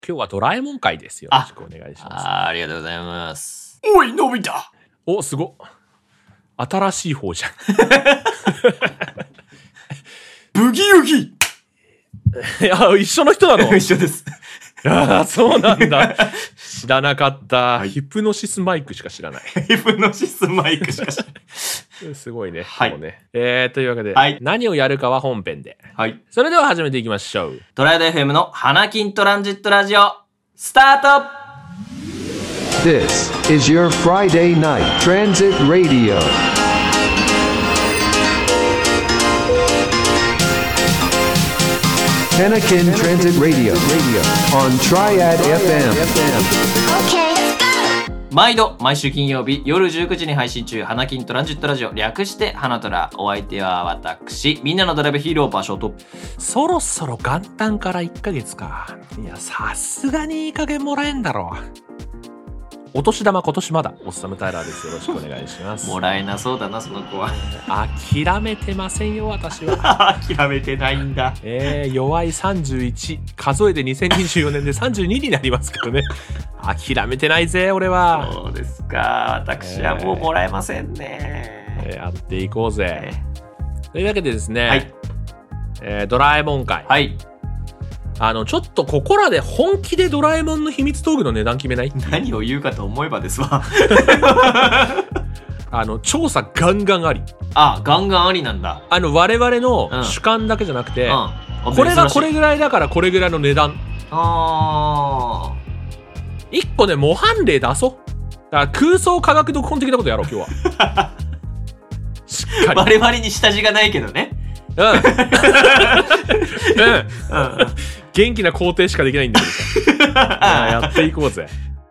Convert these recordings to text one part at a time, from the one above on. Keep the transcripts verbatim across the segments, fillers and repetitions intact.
今日はドラえもん会です。よろしくお願いします。 あ, ありがとうございます。おいのび太。 お、すごっ。新しい方じゃん。 ブギウギ。 いや、一緒の人なの？ 一緒です。 ああ、そうなんだ。知らなかった、はい、ヒプノシスマイクしか知らない。 ヒプノシスマイクしか知らない。 すごいね。 はい。 ね、えー、というわけで、 はい、 何をやるかは本編で。 はい。 それでは始めていきましょう。 トライアド エフエム の花金トランジットラジオ、スタート。 This is your Friday night transit radio. Hanakin Transit Radio on Triad エフエム。 毎度毎週金曜日夜じゅうくじに配信中、花金トランジットラジオ、略して花トラ。お相手は私、みんなのドライブヒーロー場所と。 そろそろ元旦からいっかげつか。いや、さすがにいい加減もらえんだろう。お年玉今年まだ。おっさむタイラーです。よろしくお願いします。 もらえなそうだな、その子は。 諦めてませんよ、私は。 諦めてないんだ。 えー、弱いさんじゅういち、数えてにせんにじゅうよねんでさんじゅうにになりますけどね。諦めてないぜ、俺は。 そうですか。私はもうもらえませんね。 えー、やっていこうぜ。えー、というわけでですね、 はい、 えー、ドラえもん会。 はい。 あの、ちょっとここらで本気でドラえもんの秘密道具の値段決めない？ 何を言うかと思えばですわ。 あの、調査ガンガンあり。 あ、ガンガンありなんだ。 あの、我々の主観だけじゃなくて、 うんうん、 これがこれぐらいだからこれぐらいの値段。 あー。 一個ね、模範例出そう。だから空想科学読本的なことやろう、今日は。しっかり。 我々に下地がないけどね。 うん。うん。元気な肯定しかできないんだけどさ。やっていこうぜ。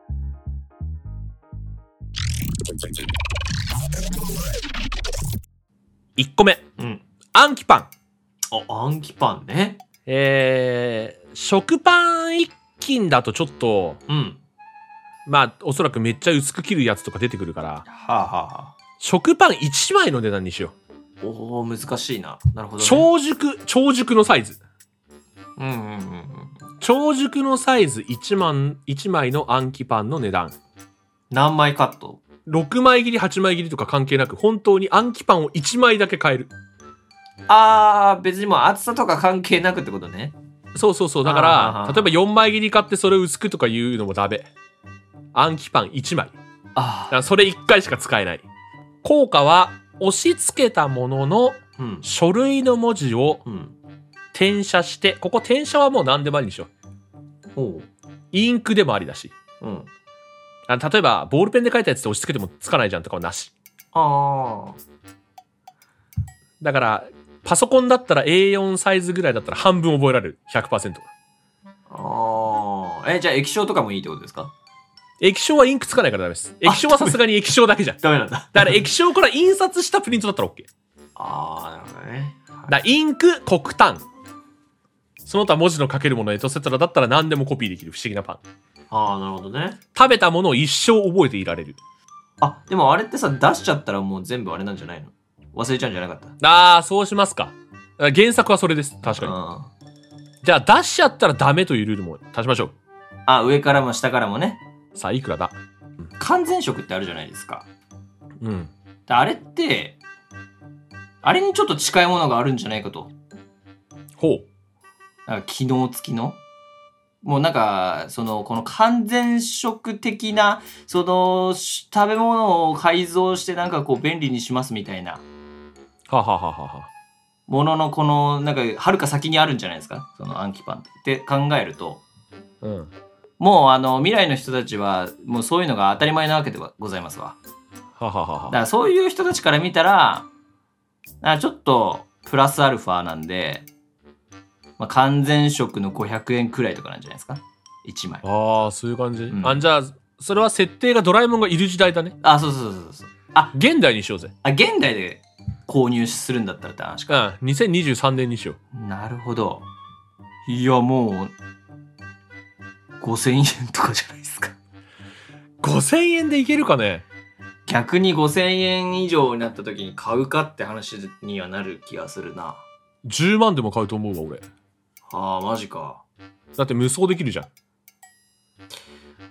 いっこめ。 うん。 アンキパン。 あ、アンキパンね。 えー、食パン一斤だとちょっと、 うん。 まあ、おそらくめっちゃ薄く切るやつとか出てくるから、はあはあはあ、 食パンいちまいの値段にしよう。おー、難しいな。なるほどね。 超熟、超熟のサイズ。 うんうんうんうん。 超熟のサイズいちまん、いちまいのアンキパンの値段。 何枚カット？ ろくまい切り、はちまい切りとか関係なく、本当にアンキパンをいちまいだけ買える。 あー、別にもう厚さとか関係なくってことね。 そうそうそう。だから、例えばよんまい切り買ってそれを薄くとか言うのもダメ。アンキパンいちまい。 ああ。それいっかいしか使えない。効果は、押し付けたものの、うん、書類の文字を転写して、ここ転写はもう何でもありにしよう。おう。インクでもありだし。うん。あ、例えば、ボールペンで書いたやつって押し付けてもつかないじゃんとかはなし。ああ。だから、パソコンだったら エーよん サイズぐらいだったら半分覚えられる。ひゃくパーセント。 ああ。え、じゃあ液晶とかもいいってことですか？ 液晶はインクつかないからダメです。液晶はさすがに液晶だけじゃん。 ダメなんだ。 だから液晶から印刷したプリントだったら OK。 ああ、なるほどね。 はい、だインク、黒炭。その他文字の書けるものエトセトラだったら何でもコピーできる不思議なパン。 ああ、なるほどね。 食べたものを一生覚えていられる。 あ、でもあれってさ、出しちゃったらもう全部あれなんじゃないの？忘れちゃうんじゃなかった？ ああ、そうしますか。原作はそれです。確かに。じゃあ出しちゃったらダメというルールも足しましょう。 あ、上からも下からもね。 さあ、いくらだ？ 完全食ってあるじゃないですか。 うん。 あれって、あれにちょっと近いものがあるんじゃないかと。 ほう。 なんか機能付きのもうなんか、その、この完全食的な、その、食べ物を改造してなんかこう便利にしますみたいな。 ははははは。 もののこの、なんか、はるか先にあるんじゃないですか。そのアンキパンって考えると。うん。もうあの未来の人たちはもうそういうのが当たり前なわけではございますわ。 はははは。 だからそういう人たちから見たら、あちょっとプラスアルファなんで、まあ、完全食のごひゃくえんくらいとかなんじゃないですか。いちまい。 ああ、そういう感じ。うん、あ、じゃあそれは設定がドラえもんがいる時代だね。 あ、そうそうそうそう。 あ、現代にしようぜ。 あ、現代で購入するんだったらって話か。 うん、にせんにじゅうさんねんにしよう。なるほど。いやもう。ごせんえんとかじゃないですか。 ごせんえんでいけるかね。 逆にごせんえん以上になった時に買うかって話にはなる気がするな。 じゅうまんでも買うと思うわ俺。 ああ、マジか。 だって無双できるじゃん。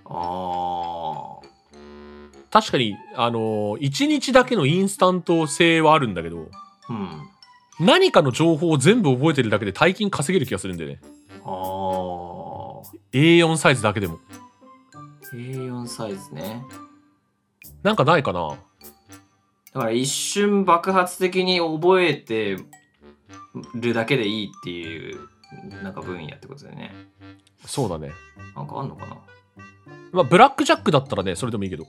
ああ。 確かに、あのー、いちにちだけのインスタント性はあるんだけど、 うん。 何かの情報を全部覚えてるだけで大金稼げる気がするんだよね。 ああ。 エーよん サイズだけでも。 エーよん サイズね。 なんかないかな。 だから一瞬爆発的に覚えてるだけでいいっていう、なんか分野ってことだよね。 そうだね。 なんかあんのかな。 まあ、ブラックジャックだったらね、それでもいいけど。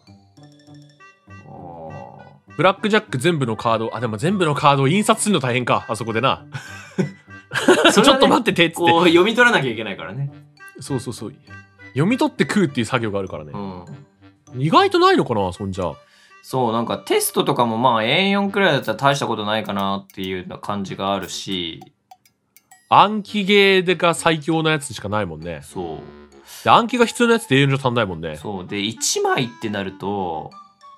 ブラックジャック全部のカード、あ、でも全部のカードを印刷するの大変か、あそこでな。ね、ちょっと待っててっつって。 こう読み取らなきゃいけないからね。 そうそうそう。読み取って食うっていう作業があるからね。 うん、 意外とないのかな、そんじゃ。 そう、なんかテストとかもまあ エーよん くらいだったら大したことないかなっていう感じがあるし。 暗記ゲーが最強なやつしかないもんね。 そう。 で、暗記が必要なやつって エーよん じゃ足んないもんね。 そう。で、いちまいってなると、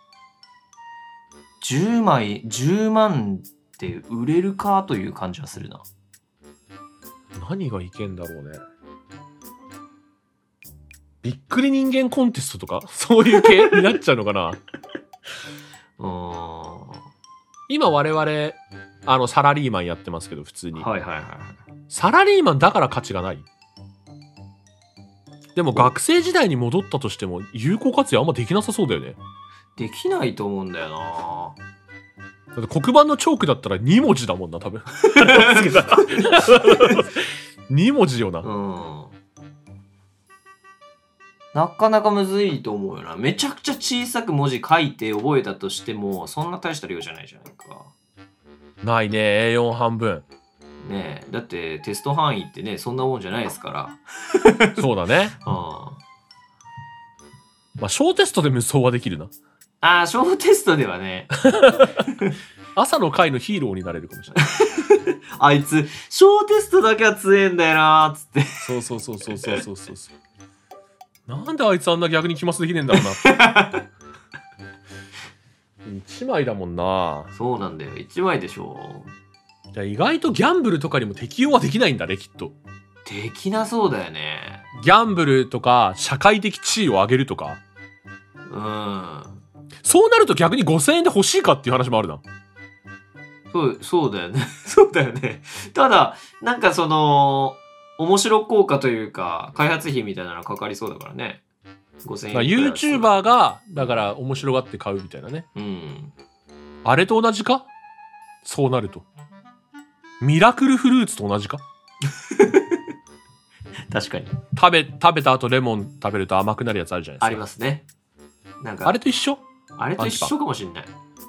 じゅうまい、じゅうまんって売れるかという感じはするな。 何がいけんだろうね。びっくり人間コンテストとかそういう系になっちゃうのかな。 うーん。 今我々、あの、サラリーマンやってますけど、普通に。 はいはいはい。 サラリーマンだから価値がない。でも学生時代に戻ったとしても有効活用あんまできなさそうだよね。 できないと思うんだよな。 だって黒板のチョークだったらに文字だもんな、多分。に文字よな。 うん。なかなかむずいと思うよな。めちゃくちゃ小さく文字書いて覚えたとしても、そんな大した量じゃないじゃないか。 ないね、エーよん 半分。 ねえ、だってテスト範囲ってね、そんなもんじゃないですから。 そうだね。 うん。 まあ、小テストで無双はできるな。 ああ、小テストではね。 朝の会のヒーローになれるかもしれない。 あいつ、小テストだけは強えんだよなーっつって。 そうそうそうそうそうそうそうそう。なんであいつあんな逆に期末できねえんだろうな。いちまいだもんな。 そうなんだよ、いちまいでしょ。 じゃあ意外とギャンブルとかにも適用はできないんだね、きっと。 できなそうだよね。 ギャンブルとか社会的地位を上げるとか。 うん。 そうなると逆にごせんえんで欲しいかっていう話もあるな。 そう、そうだよね。そうだよね。ただ、なんかその、面白効果というか、開発費みたいなのかかりそうだからね。ごせんえん。 YouTuber が、だから面白がって買うみたいなね。 うん。 あれと同じか？そうなると。ミラクルフルーツと同じか？ 確かに。 食べ、食べた後レモン食べると甘くなるやつあるじゃないですか。 ありますね。なんか。 あれと一緒？ あれと一緒かもしれない。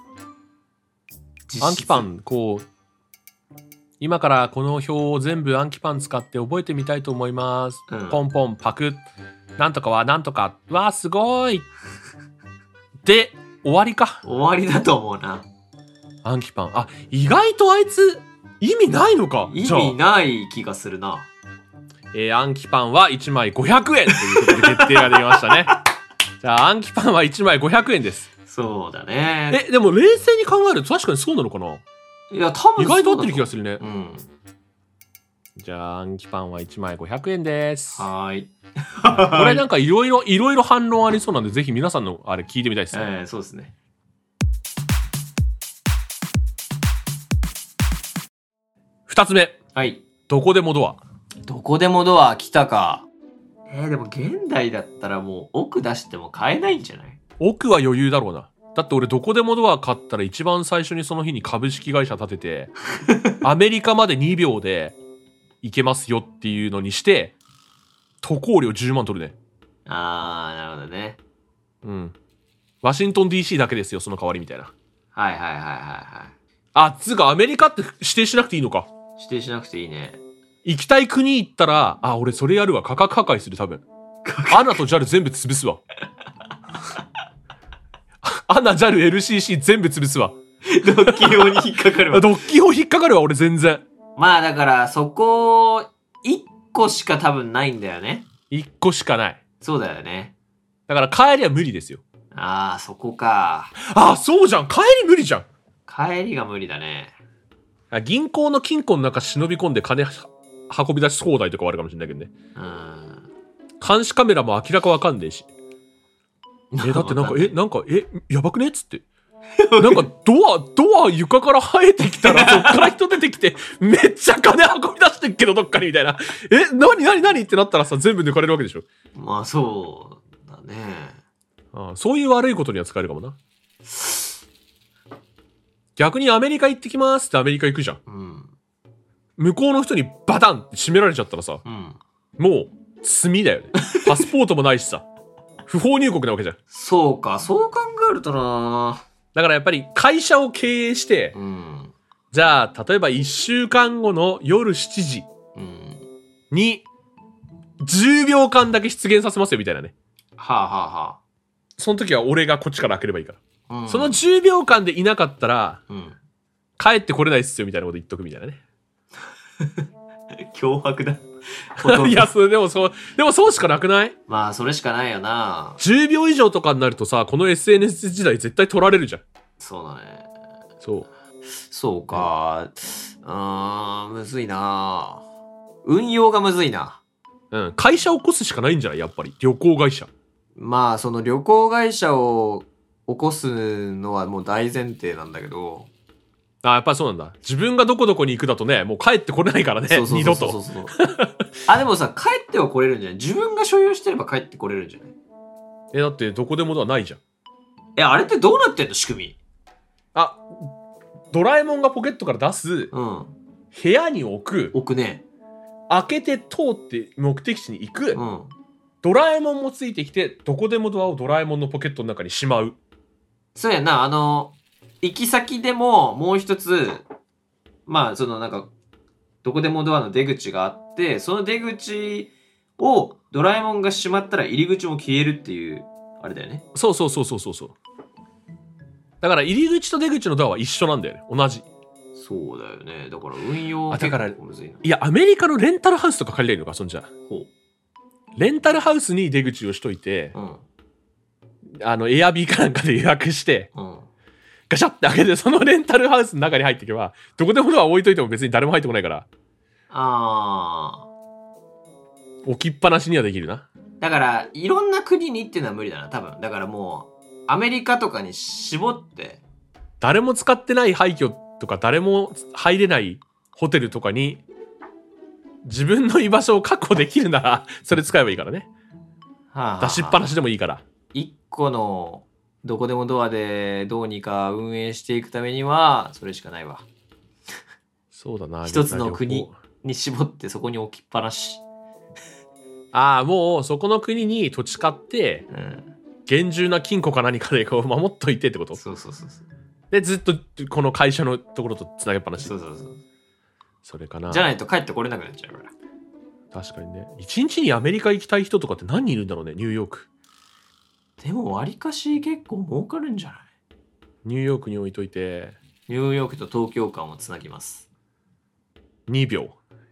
暗記パン、こう、今からこの表を全部暗記パン使って覚えてみたいと思います。うん、ポンポンパク。なんとかはなんとか。わーすごい。で、終わりか。 終わりだと思うな。 暗記パン。あ、意外とあいつ、意味ないのか。 意味ない気がするな。 えー、暗記パンはいちまいごひゃくえんということで決定ができましたね。じゃあ暗記パンはいちまいごひゃくえんです。 そうだね。 え、でも冷静に考えると確かにそうなのかな。 いや、多分意外と合ってる気がするね。 うん。 じゃあ暗記パンはいちまいごひゃくえんです。 はーい。 これなんかいろいろいろいろ反論ありそうなんで、ぜひ皆さんのあれ聞いてみたいですね。 えー、そうですね。 二つ目。 はい。 どこでもドア。 どこでもドア来たか。えー、でも現代だったらもう奥出しても買えないんじゃない？ 奥は余裕だろうな。だって俺どこでもドア買ったら一番最初にその日に株式会社立ててアメリカまでにびょうで行けますよっていうのにして渡航料じゅうまん取るね。 あー、なるほどね。 うん。ワシントン ディーシー だけですよ、その代わりみたいな。 はいはいはいはいはい。 あ、つうかアメリカって指定しなくていいのか。 指定しなくていいね。 行きたい国行ったら、あ、俺それやるわ。価格破壊する多分。アナと ジャル 全部潰すわ。アナ、ジャル、エルシーシー 全部潰すわ。 ドッキ法に引っかかるわ。 ドッキ法引っかかるわ、俺全然。 まあだからそこいっこしか多分ないんだよね。 いっこしかない。 そうだよね。 だから帰りは無理ですよ。 ああ、そこか。 ああ、そうじゃん。帰り無理じゃん。 帰りが無理だね。 銀行の金庫の中忍び込んで金運び出し放題とかはあるかもしれないけどね。 うん。 監視カメラも明らかわかんねえし。 えだってなんかえなんかえやばくねっつってなんかドアドア床から生えてきたらそっから人出てきてめっちゃ金運び出してっけどどっかにみたいなえ何何何ってなったらさ全部抜かれるわけでしょ。 まあそうだね。 ああそういう悪いことには使えるかもな。逆にアメリカ行ってきますってアメリカ行くじゃん、うん、向こうの人にバタンって閉められちゃったらさ、うん、もう罪だよね。パスポートもないしさ不法入国なわけじゃん。 そうか、そう考えるとな。 だからやっぱり会社を経営して、うん、じゃあ例えばいっしゅうかんごの夜しちじにじゅうびょうかんだけ出現させますよみたいなね。 はあはあはあ。 その時は俺がこっちから開ければいいから、うん、そのじゅうびょうかんでいなかったら、うん、帰ってこれないっすよみたいなこと言っとくみたいなね。 脅迫だ。 いやそれでもそうでもそうしかなくない？ まあそれしかないよな。 じゅうびょう以上とかになるとさこの エスエヌエス 時代絶対取られるじゃん。 そうだね。 そうそうか。うーんむずいな。運用がむずいな。 うん会社を起こすしかないんじゃないやっぱり旅行会社。 まあその旅行会社を起こすのはもう大前提なんだけど。 あやっぱりそうなんだ。自分がどこどこに行くだとねもう帰ってこれないからね。二度と。 あでもさ帰っては来れるんじゃない？自分が所有してれば帰ってこれるんじゃない？ えだってどこでもドアないじゃん。 えあれってどうなってんの仕組み？ あドラえもんがポケットから出す、うん、部屋に置く置くね。 開けて通って目的地に行く、うん、ドラえもんもついてきてどこでもドアをドラえもんのポケットの中にしまう。 そうやな。あの行き先でももう一つまあそのなんかどこでもドアの出口があってその出口をドラえもんが閉まったら入り口も消えるっていうあれだよね。 そうそうそうそうそうそう。だから入り口と出口のドアは一緒なんだよね。同じ。 そうだよね。だから運用結構むずいな。 いやアメリカのレンタルハウスとか借りれるのかそんじゃ。ほう。レンタルハウスに出口をしといて、うん、あのエアビーかなんかで予約して。うんガシャって開けてそのレンタルハウスの中に入っていけばどこでもドア置いといても別に誰も入ってこないからあ置きっぱなしにはできるな。 だからいろんな国にっていうのは無理だな多分。だからもうアメリカとかに絞って誰も使ってない廃墟とか誰も入れないホテルとかに自分の居場所を確保できるならそれ使えばいいからね、はあはあ、出しっぱなしでもいいから一個のどこでもドアでどうにか運営していくためにはそれしかないわ。 そうだな。 一つの国に絞ってそこに置きっぱなし。 ああもうそこの国に土地買って、うん、厳重な金庫か何かでこう守っといてってこと。 そうそうそうそう。 でずっとこの会社のところとつなげっぱなし。 そうそうそう。 それかな。 じゃないと帰ってこれなくなっちゃうから。 確かにね。一日にアメリカ行きたい人とかって何人いるんだろうね。ニューヨーク。 でもわりかし結構儲かるんじゃない？ ニューヨークに置いといてニューヨークと東京間をつなぎます。 にびょう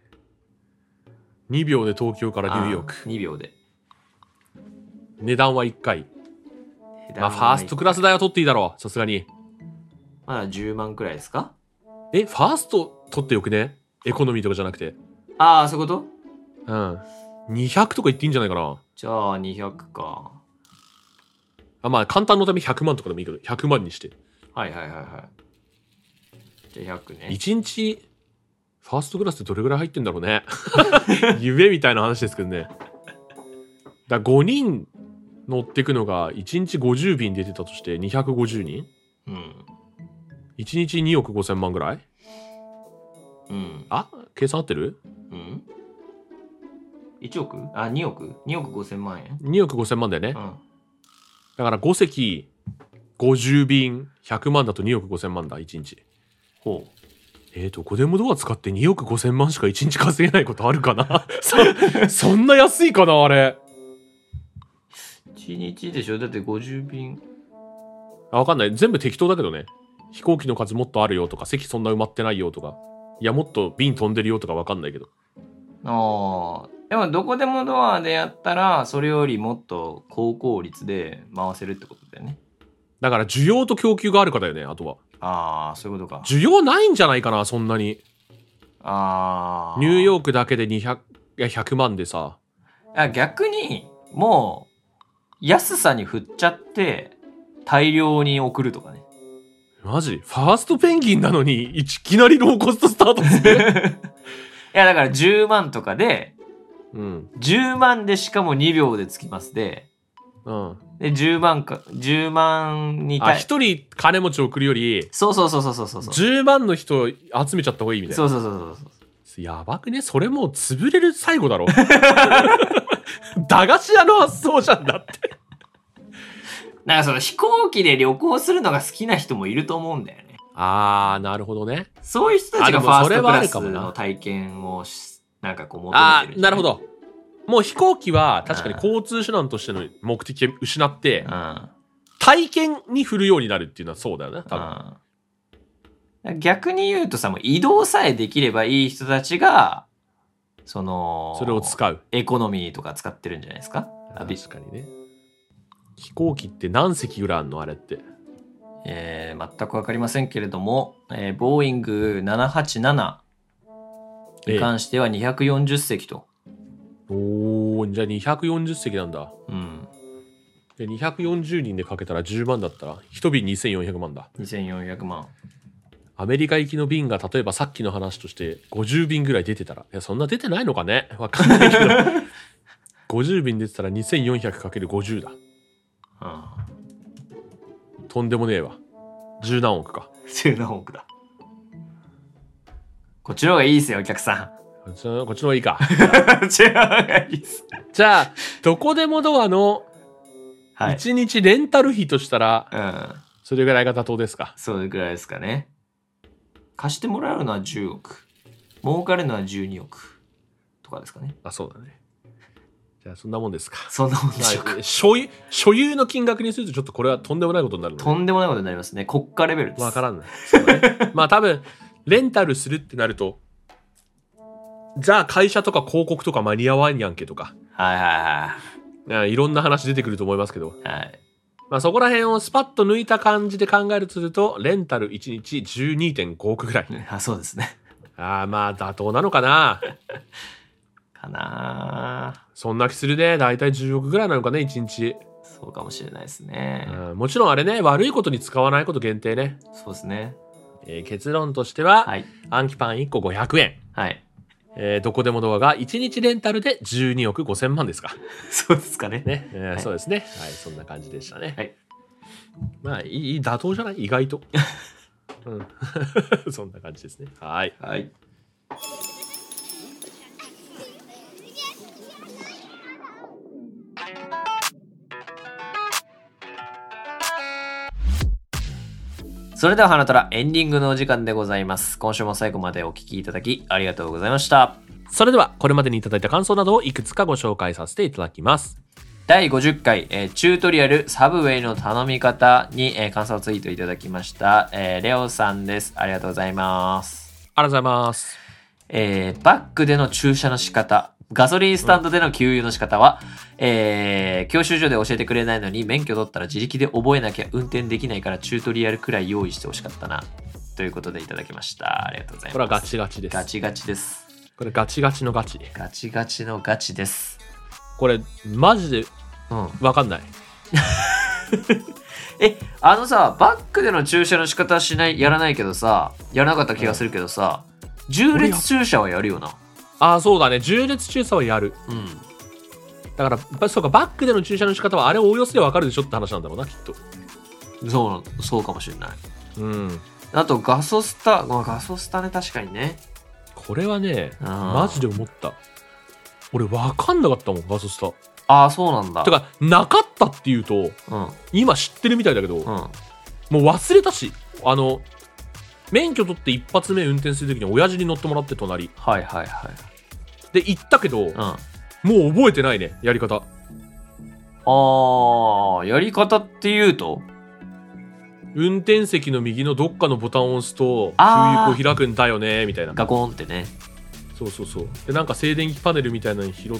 にびょうで東京からニューヨークにびょうで値段はいっかい。まあファーストクラス代は取っていいだろうさすがに。 まだじゅうまんくらいですか？ えファースト取ってよくね？エコノミーとかじゃなくて。 ああそういうこと？ うんにひゃくとか言っていいんじゃないかな。 じゃあにひゃくか。 あまあ簡単のためひゃくまんとかでもいいけどひゃくまんにして。 はいはいはいはい。じゃあひゃくね。 いちにちファーストクラスってどれぐらい入ってんだろうね。夢みたいな話ですけどね。だごにん乗ってくのがいちにちごじゅうびん出てたとしてにひゃくごじゅうにん、うん、いちにちにおくごせんまんぐらい、うん、あ計算合ってる？うんいちおくあにおくにおくごせんまん円におくごせんまんだよね、うん、だからごせきごじゅうびんひゃくまんだとにおくごせんまんだいちにち。ほうえー、どこでもドア使ってにおくごせんまんしかいちにち稼げないことあるかな。そ, そんな安いかなあれ。 いちにちでしょだってごじゅうびん。 あ分かんない全部適当だけどね。飛行機の数もっとあるよとか席そんな埋まってないよとかいやもっと便飛んでるよとか分かんないけど。 ああでもどこでもドアでやったらそれよりもっと高効率で回せるってことだよね。 だから需要と供給があるかだよねあとは。 ああそういうことか。 需要ないんじゃないかなそんなに。 ああニューヨークだけでにひゃくいやひゃくまんでさ。 あ逆にもう安さに振っちゃって大量に送るとかね。 マジファーストペンギンなのにいきなりローコストスタートするいやだからじゅうまんとかで、 うん、 じゅうまんでしかもにびょうでつきますで、 うん、 でじゅうまんかじゅうまんに対あ一人金持ち送るよりそうそうそうそうそうそうじゅうまんの人集めちゃった方がいいみたいな。 そうそうそうそうそうやばくね。それもう潰れる最後だろ駄菓子屋の発想じゃんだってなんかその飛行機で旅行するのが好きな人もいると思うんだよね。 あーなるほどね。 そういう人たちがファーストクラスの体験をなんかこう求めてる、 あーなるほど。もう飛行機は確かに交通手段としての目的を失って、うん、体験に振るようになるっていうのはそうだよね多分、 うん、逆に言うとさ、もう移動さえできればいい人たちがそのそれを使うエコノミーとか使ってるんじゃないですか。 確かにね。飛行機って何席ぐらいあるのあれって。 えー、全く分かりませんけれども、えー、ボーイングななはちななに関してはにひゃくよんじゅっせきと、 ええ、おーじゃあにひゃくよんじゅっせきなんだ。 うんでにひゃくよんじゅうにんでかけたらじゅうまんだったら一便にせんよんひゃくまんだ。 にせんよんひゃくまん。 アメリカ行きの便が例えばさっきの話としてごじゅうびんぐらい出てたら、いやそんな出てないのかねわかんないけどごじゅうびん出てたら にせんよんひゃくかけるごじゅう だ、はあ、とんでもねえわ。十何億か。 十何億だ。こっちの方がいいですよお客さん。 こっちの、こっちの方がいいか。 こっちの方がいいっす。 じゃあどこでもドアのいちにちレンタル費としたら、はい、うん、それぐらいが妥当ですか。 それぐらいですかね。貸してもらうのはじゅうおく、儲かるのはじゅうにおくとかですかね。 あ、そうだね。じゃあそんなもんですか。 そんなもんでしょうか。 所有、所有の金額にするとちょっとこれはとんでもないことになるので。 とんでもないことになりますね。国家レベルです。 わからんない。そうだね、まあ多分レンタルするってなると、じゃあ会社とか広告とか間に合わんやんけとか、 はいはいはい、 いろんな話出てくると思いますけど、 はい、 まあそこら辺をスパッと抜いた感じで考えるとすると、レンタルいちにち じゅうにてんごおくぐらい。 あ、そうですね。 ああ、まあ妥当なのかなかな。 そんな気するね。だいたいじゅうおくぐらいなのかね、いちにち。 そうかもしれないですね。 うん、もちろんあれね、悪いことに使わないこと限定ね。 そうですね。 えー、結論としては、はい、アンキパンいっこごひゃくえん。 はい。 えー、どこでもドアがいちにちレンタルでじゅうにおくごせんまんですか。 そうですかね。 ね、えーはい、そうですね。はい、そんな感じでしたね。はい。まあ、いい、妥当じゃない？意外と。うん。そんな感じですね。はい。 はい。それでは花虎エンディングのお時間でございます。今週も最後までお聞きいただきありがとうございました。 それではこれまでにいただいた感想などをいくつかご紹介させていただきます。 だいごじゅっかい、えー、チュートリアルサブウェイの頼み方に、えー、感想ツイートいただきました、えー、レオさんです。ありがとうございます。 ありがとうございます。 えー、バックでの駐車の仕方、ガソリンスタンドでの給油の仕方は、うん、えー、教習所で教えてくれないのに免許取ったら自力で覚えなきゃ運転できないからチュートリアルくらい用意してほしかったなということでいただきました。ありがとうございます。 これはガチガチです。 ガチガチです。 これガチガチのガチ。 ガチガチのガチです。 これマジでわかんない。うん、 え、あのさ、バックでの駐車の仕方しない、やらないけどさ、やらなかった気がするけどさ、うん、縦列駐車はやるよな。 ああ、そうだね。縦列駐車はやる。うん。だから、そうか、バックでの駐車の仕方はあれおおよそでわかるでしょって話なんだろうな、きっと。 そう、そうかもしれない。 うん。 あと、ガソスタ、まあ、ガソスタね、確かにね。 これはね、マジで思った。俺、わかんなかったもん、ガソスタ。 ああ、そうなんだ。 てか、なかったっていうと、うん、今知ってるみたいだけど、うん、もう忘れたし、あの、免許取って一発目運転するときに親父に乗ってもらって隣。 はいはいはい。 で、行ったけど、うん、もう覚えてないね、やり方。あー、やり方っていうと運転席の右のどっかのボタンを押すと、給油口開くんだよね、みたいな。 ガコーンってね。 そうそうそう。で、なんか静電気パネルみたいなのに拾って、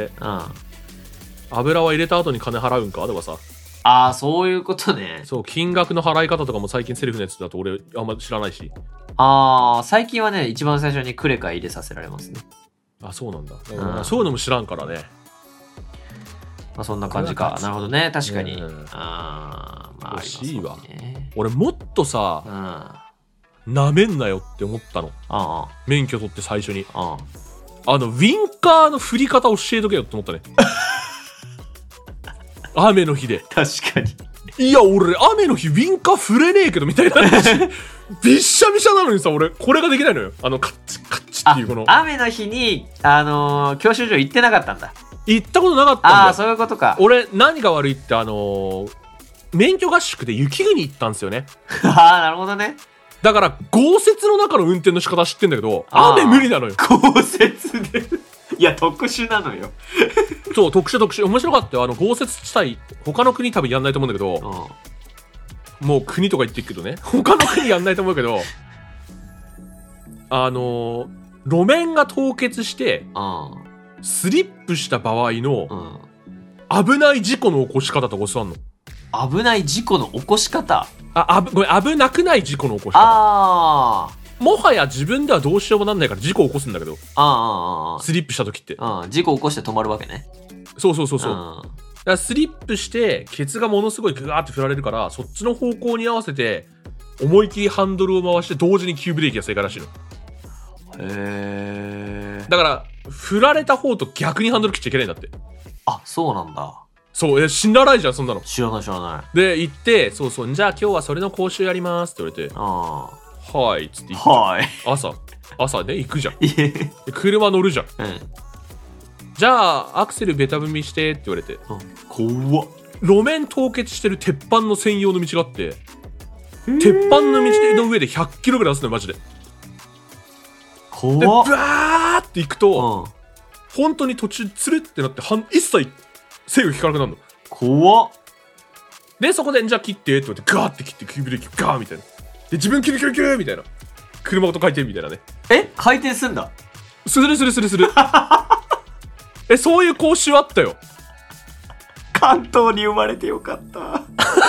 うん、油は入れた後に金払うんかとかさ。 ああ、そういうことね。 そう、金額の払い方とかも最近セルフのやつだと俺あんま知らないし。 ああ、最近はね、一番最初にクレカ入れさせられますね。 あ、そうなんだ。だからそういうのも知らんからね。 まあそんな感じか。なるほどね。確かに。 うん、 あまあ欲しいわ、 ね、 俺もっとさ、うん、なめんなよって思ったの。ああ免許取って最初に。あああのウィンカーの振り方教えとけよって思ったね。雨の日で。 確かに。 いや俺雨の日ウィンカー振れねえけどみたいな。びっしゃびしゃなのにさ、俺これができないのよ。あのカッチカッチっていうこの雨の日にあのー、教習所行ってなかったんだ。 行ったことなかったんだよ。 ああそういうことか。 俺何が悪いってあのー、免許合宿で雪国行ったんですよね。 ああなるほどね。 だから豪雪の中の運転の仕方知ってんだけど、雨無理なのよ。 豪雪で。いや特殊なのよ。 そう特殊特殊面白かったよ。あの豪雪地帯他の国多分やんないと思うんだけど、もう国とか言ってるけどね、他の国やんないと思うけど、あのー、路面が凍結してスリップした場合の危ない事故の起こし方とか教わんの。 危ない事故の起こし方。 あ、あぶごめん、危なくない事故の起こし方。あもはや自分ではどうしようもなんないから事故起こすんだけど、ああスリップした時って、 あ事故起こして止まるわけね。 そうそうそうそう。だからスリップしてケツがものすごいグワーって振られるから、そっちの方向に合わせて思い切りハンドルを回して同時に急ブレーキが正解らしいの。へえ。だから振られた方と逆にハンドル切っちゃいけないんだって。あ、そうなんだ。そう、え、死んだらないじゃんそんなの。知らない知らない。で行って、そうそう、じゃあ今日はそれの講習やりますって言われて、ああはいっつって行く。はい。朝朝ね行くじゃん。車乗るじゃん。うん。じゃあアクセルベタ踏みしてって言われて、うん、怖っ。路面凍結してる鉄板の専用の道があって、鉄板の道の上でひゃっキロぐらい出すのよマジで。怖っ。でバーって行くと、うん、本当に途中つるってなって一切制御効かなくなるの。怖っ。でそこでじゃあ切ってって言われて、ガーって切って急ブレーキガーみたいな。で自分キュルキュルキュルみたいな、車ごと回転みたいなね。え回転すんだ。するするするする。えそういう講習あったよ。関東に生まれてよかった。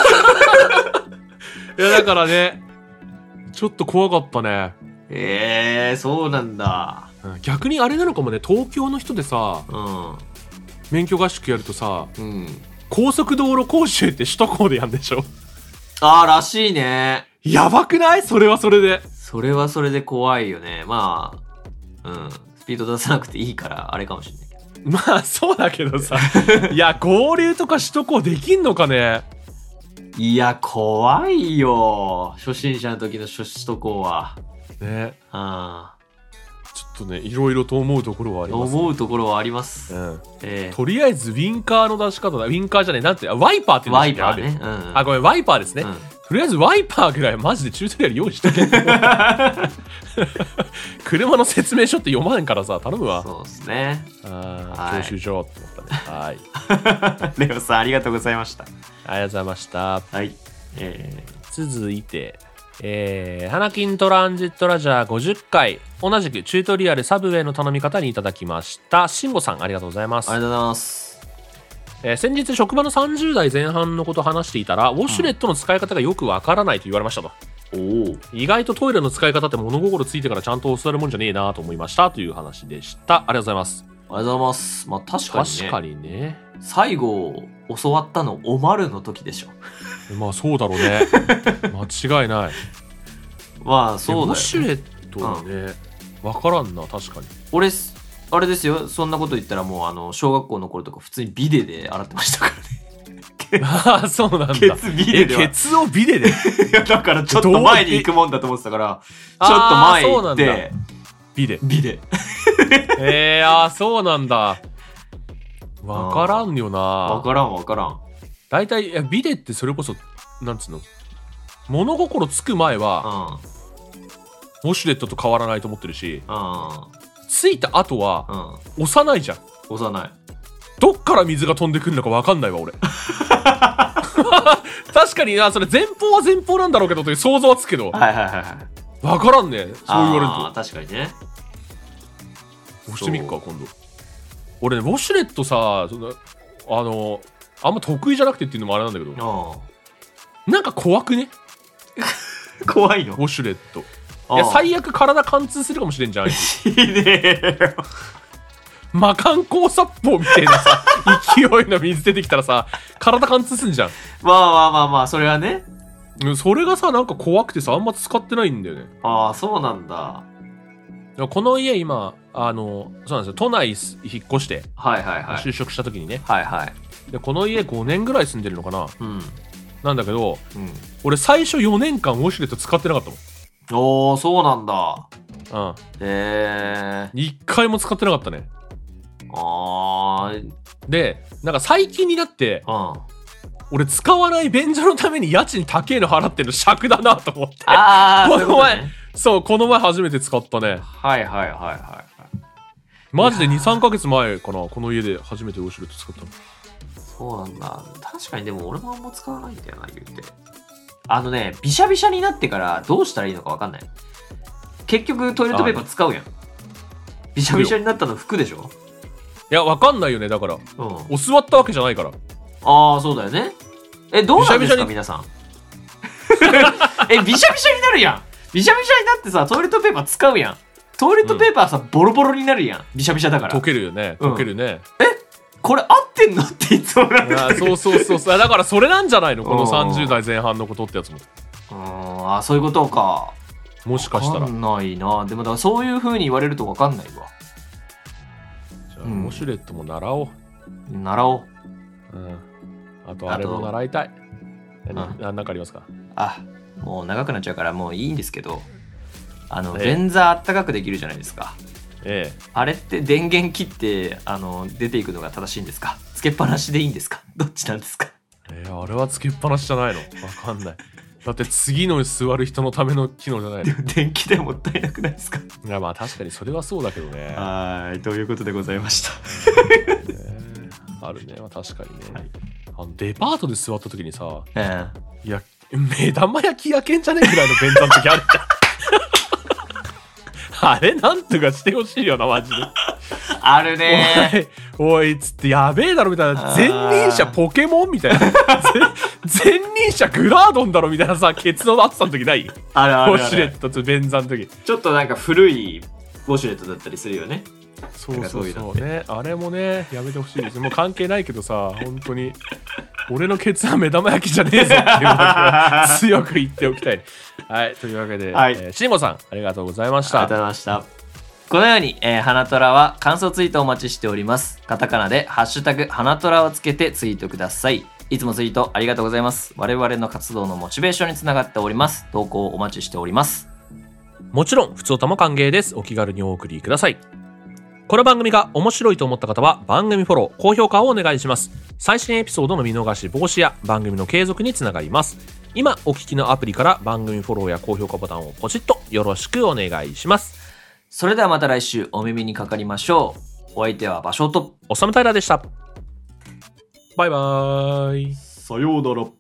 いやだからねちょっと怖かったね。えー、そうなんだ。逆にあれなのかもね、東京の人でさ、うん、免許合宿やるとさ、うん、高速道路講習って首都高でやんでしょ。あーらしいね。やばくない？それはそれで。それはそれで怖いよね。まあ、うん。スピード出さなくていいから、あれかもしれないけど。まあ、そうだけどさ。いや、合流とか首都高できんのかね？いや、怖いよ。初心者の時の首都高は。ね。ああ。ちょっとね、いろいろと思うところはあります、ね。思うところはあります。うん。えー、とりあえず、ウィンカーの出し方だ。ウィンカーじゃねえ。なんて、ワイパーって言うんですか？ワイパーね。うんうん、あ、ごめん、ワイパーですね。うん、とりあえずワイパーぐらいマジでチュートリアル用意しとけ。車の説明書って読まんからさ、頼むわ。そうですね。ああ、教習所って思ったね。はい。レオさんありがとうございました。ありがとうございました。はい。えー、続いて、えー、花金トランジットラジャーごじゅっかい、同じくチュートリアルサブウェイの頼み方にいただきました。しんごさんありがとうございます。ありがとうございます。えー、先日職場のさんじゅう代前半のことを話していたら、ウォシュレットの使い方がよくわからないと言われましたと。お意外とトイレの使い方って物心ついてからちゃんと教わるもんじゃねえなと思いましたという話でした。ありがとうございます。ありがとうございます。まあ確かにね。確かにね。最後教わったのおまるの時でしょ。まあそうだろうね。間違いない。まあそうだよね。ウォシュレットはね、わ、うん、からんな確かに。俺あれですよ、そんなこと言ったらもうあの小学校の頃とか普通にビデで洗ってましたからね。ああそうなんだ。ケツビデでは。ケツをビデで。いやだからちょっと前に行くもんだと思ってたから、ちょっと前行ってビデビデ。えー、ああそうなんだ。わからんよな。わからんわからん。だいたいビデってそれこそなんつうの、物心つく前は、うん、ウォシュレットと変わらないと思ってるし。うんついた後は、うん、押さないじゃん。押さない。どっから水が飛んでくるのか分かんないわ俺。確かにな、それ前方は前方なんだろうけどという想像はつくけど、はいはいはいはい、分からんね。そう言われると。確かにね。押してみっか今度。俺ねウォシュレットさ、そのあのあんま得意じゃなくてっていうのもあれなんだけど、なんか怖くね。怖いのウォシュレット。いや最悪体貫通するかもしれんじゃん。いいね魔漢光殺法みたいなさ勢いの水出てきたらさ体貫通すんじゃん。 まあまあまあまあそれはね。 それがさなんか怖くてさあんま使ってないんだよね。 ああそうなんだ。 この家今あのそうなんですよ都内引っ越してはいはいはい就職した時にね、 はいはいでこの家ごねんぐらい住んでるのかな、 うん、 なんだけど、 うん、 俺最初よねんかんウォシュレット使ってなかったもん。 おーそうなんだ。 うんへえー、 一回も使ってなかったね。 あーでなんか最近になって、 うん、 俺使わない便所のために家賃高いの払ってんの尺だなと思って。 ああこの前そういうことね。 そうこの前初めて使ったね。 はいはいはいはいはい。 マジで にさんかげつまえかな、この家で初めてウォシュレット使ったの。 そうなんだ。確かにでも俺もあんま使わないんだよな、言うて。あのね、ビシャビシャになってからどうしたらいいのか分かんない。結局トイレットペーパー使うやん。ビシャビシャになったの服でしょ。 いや分かんないよね、だから、うん、お座ったわけじゃないから。 ああそうだよね。えどうなんですかビシャビシャに皆さん。えビシャビシャになるやん。ビシャビシャになってさトイレットペーパー使うやん。トイレットペーパーさ、うん、ボロボロになるやん。ビシャビシャだから溶けるよね溶けるね、うん、 えこれ合ってんのっていつもなる。 そうそうそうそうだからそれなんじゃないのこのさんじゅうだいぜん半のことってやつも。 うんあそういうことか。 もしかしたら。 分かんないな。でもだからそういう風に言われると分かんないわ。 じゃあ、うん、ウォシュレットも習おう。 習おう。 うん。あとあれも習いたい。何、 うん、 なんかありますか。 あもう長くなっちゃうからもういいんですけど、あの、ええ、便座あったかくできるじゃないですか。 ええ。 あれって電源切ってあの出ていくのが正しいんですか。つけっぱなしでいいんですか。どっちなんですか。 えー、あれはつけっぱなしじゃないの。わかんない。だって次の座る人のための機能じゃないの。 でも電気代もったいなくないですか。 いやまあ確かにそれはそうだけどね。 はいということでございました。 ね、あるね、まあ、確かにね、はい、あのデパートで座った時にさ、 ええ、いや目玉焼き焼けんじゃねえくらいの便座の時あるじゃん。あれなんとかしてほしいよなマジで。 あるねー。おいおいっつってやべえだろみたいな。前輪車ポケモンみたいな。前輪車グラードンだろみたいなさ、ケツの厚さの時ない？ あるあるある。 ウォシュレットと便座の時。 ちょっとなんか古いウォシュレットだったりするよね。 そうそうそうね。あれもねやめてほしいです。もう関係ないけどさ、本当に俺のケツは目玉焼きじゃねえぞっていうのだけ強く言っておきたい。はい、というわけで、はい、えー、慎吾さんありがとうございました。 ありがとうございました。このように、えー、花虎は感想ツイートをお待ちしております。カタカナでハッシュタグ花虎をつけてツイートください。いつもツイートありがとうございます。我々の活動のモチベーションにつながっております。投稿お待ちしております。 もちろん普通歌も歓迎です。お気軽にお送りください。この番組が面白いと思った方は番組フォロー、高評価をお願いします。最新エピソードの見逃し防止や番組の継続につながります。今お聞きのアプリから番組フォローや高評価ボタンをポチッとよろしくお願いします。 それではまた来週お耳にかかりましょう。お相手は場所とおさむたいらでした。バイバーイ。 さようなら。